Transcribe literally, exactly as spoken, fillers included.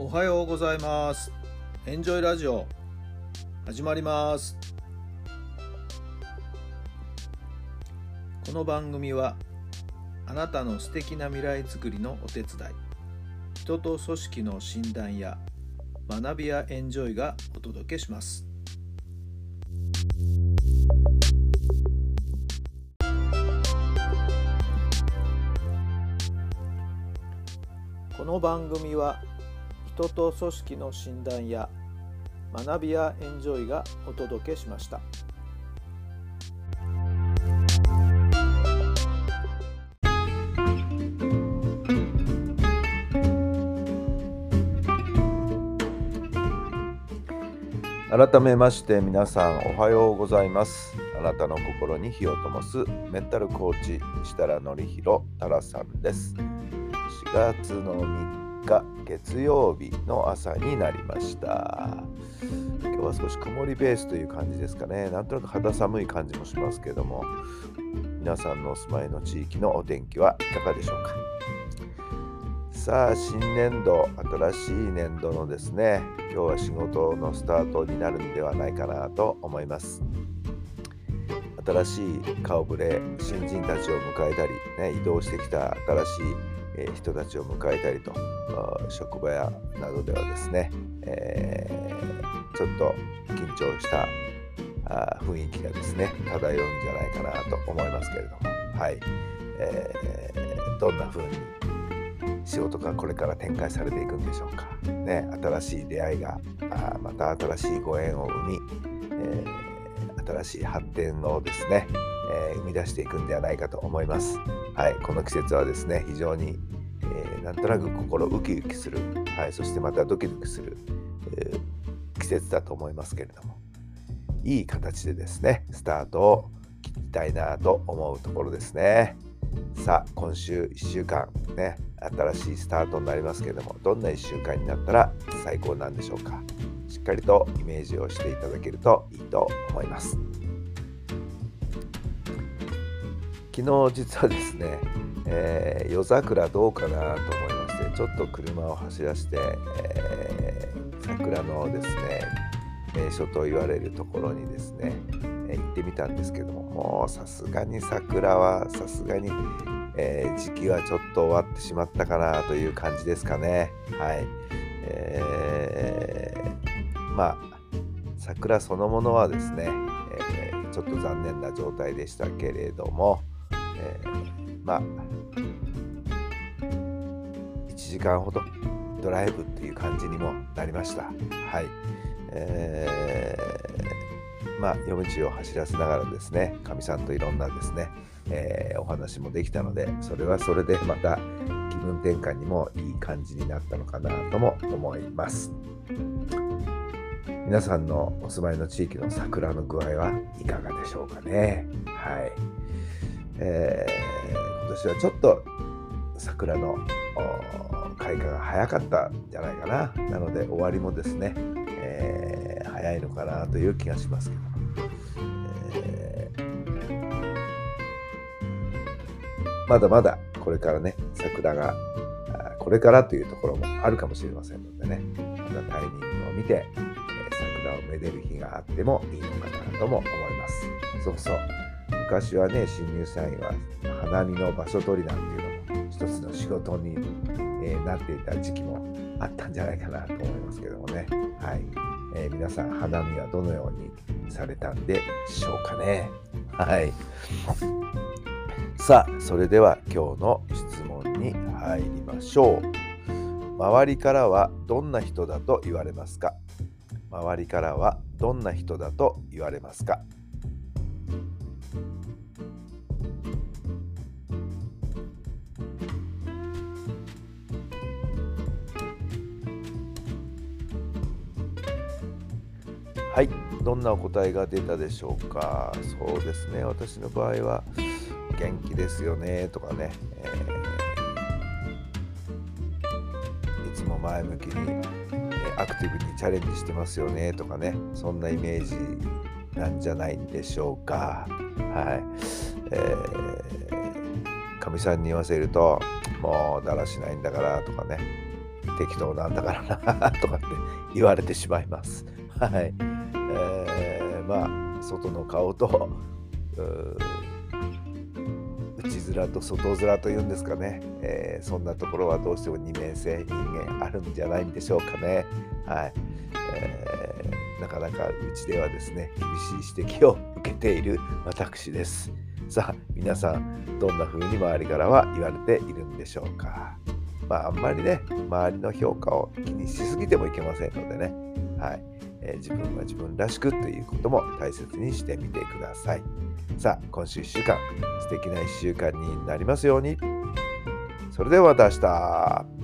おはようございます。エンジョイラジオ始まります。この番組はあなたの素敵な未来づくりのお手伝い、人と組織の診断や学びやエンジョイがお届けします。この番組は人と組織の診断や学びやエンジョイがお届けしました。改めまして皆さんおはようございます。あなたの心に火を灯すメンタルコーチ設楽範弘太良さんです。しがつのみっか月曜日の朝になりました。今日は少し曇りベースという感じですかね。なんとなく肌寒い感じもしますけども、皆さんのお住まいの地域のお天気はいかがでしょうか。さあ、新年度、新しい年度のですね、今日は仕事のスタートになるんではないかなと思います。新しい顔ぶれ、新人たちを迎えたり、ね、移動してきた新しい人たちを迎えたりと、職場やなどではですね、えー、ちょっと緊張した雰囲気がですね漂うんじゃないかなと思いますけれども、はい、えー、どんな風に仕事がこれから展開されていくんでしょうか、ね、新しい出会いがまた新しいご縁を生み、えー、新しい発展をですね、えー、生み出していくんではないかと思います。はい、この季節はですね非常に、えー、なんとなく心ウキウキする、はい、そしてまたドキドキする、えー、季節だと思いますけれども、いい形でですねスタートを切りたいなと思うところですね。さあ、今週いっしゅうかんね、新しいスタートになりますけれども、どんないっしゅうかんになったら最高なんでしょうか。しっかりとイメージをしていただけるといいと思います。昨日実はですね、えー、夜桜どうかなと思いまして、ちょっと車を走らせて、えー、桜のですね名所と言われるところにですね、えー、行ってみたんですけども、もうさすがに桜はさすがに、えー、時期はちょっと終わってしまったかなという感じですかね。はい、えー、まあ桜そのものはですね、えー、ちょっと残念な状態でしたけれども、えー、まあいちじかんほどドライブっていう感じにもなりました。はい、えー、まあ夜道を走らせながらですね、かみさんといろんなですね、えー、お話もできたので、それはそれでまた気分転換にもいい感じになったのかなとも思います。皆さんのお住まいの地域の桜の具合はいかがでしょうかね。はい、えー、今年はちょっと桜の開花が早かったんじゃないかな。なので終わりもですね、えー、早いのかなという気がしますけど、えー、まだまだこれからね桜がこれからというところもあるかもしれませんのでね、またタイミングを見て、えー、桜をめでる日があってもいいのかなとも思います。そうそう、昔はね新入社員は花見の場所取りなんていうのも一つの仕事に、えー、なっていた時期もあったんじゃないかなと思いますけどもね。はい、えー、皆さん花見はどのようにされたんでしょうかね。はい、さあ、それでは今日の質問に入りましょう。周りからはどんな人だと言われますか？周りからはどんな人だと言われますか？はい、どんなお答えが出たでしょうか。そうですね、私の場合は元気ですよねとかね、えー、いつも前向きにアクティブにチャレンジしてますよねとかね、そんなイメージなんじゃないんでしょうか。はい、えー、かみさんに言わせると、もうだらしないんだからとかね、 適当なんだからなとかって言われてしまいます。はい。えー、まあ外の顔と内面と外面というんですかね、えー、そんなところはどうしても二面性人間あるんじゃないんでしょうかね。はい。えー、なかなかうちではですね、厳しい指摘を受けている私です。さあ皆さんどんな風に周りからは言われているんでしょうか。まああんまりね周りの評価を気にしすぎてもいけませんのでね、はい、えー、自分は自分らしくということも大切にしてみてください。さあ今週いっしゅうかん素敵ないっしゅうかんになりますように。それではまた明日。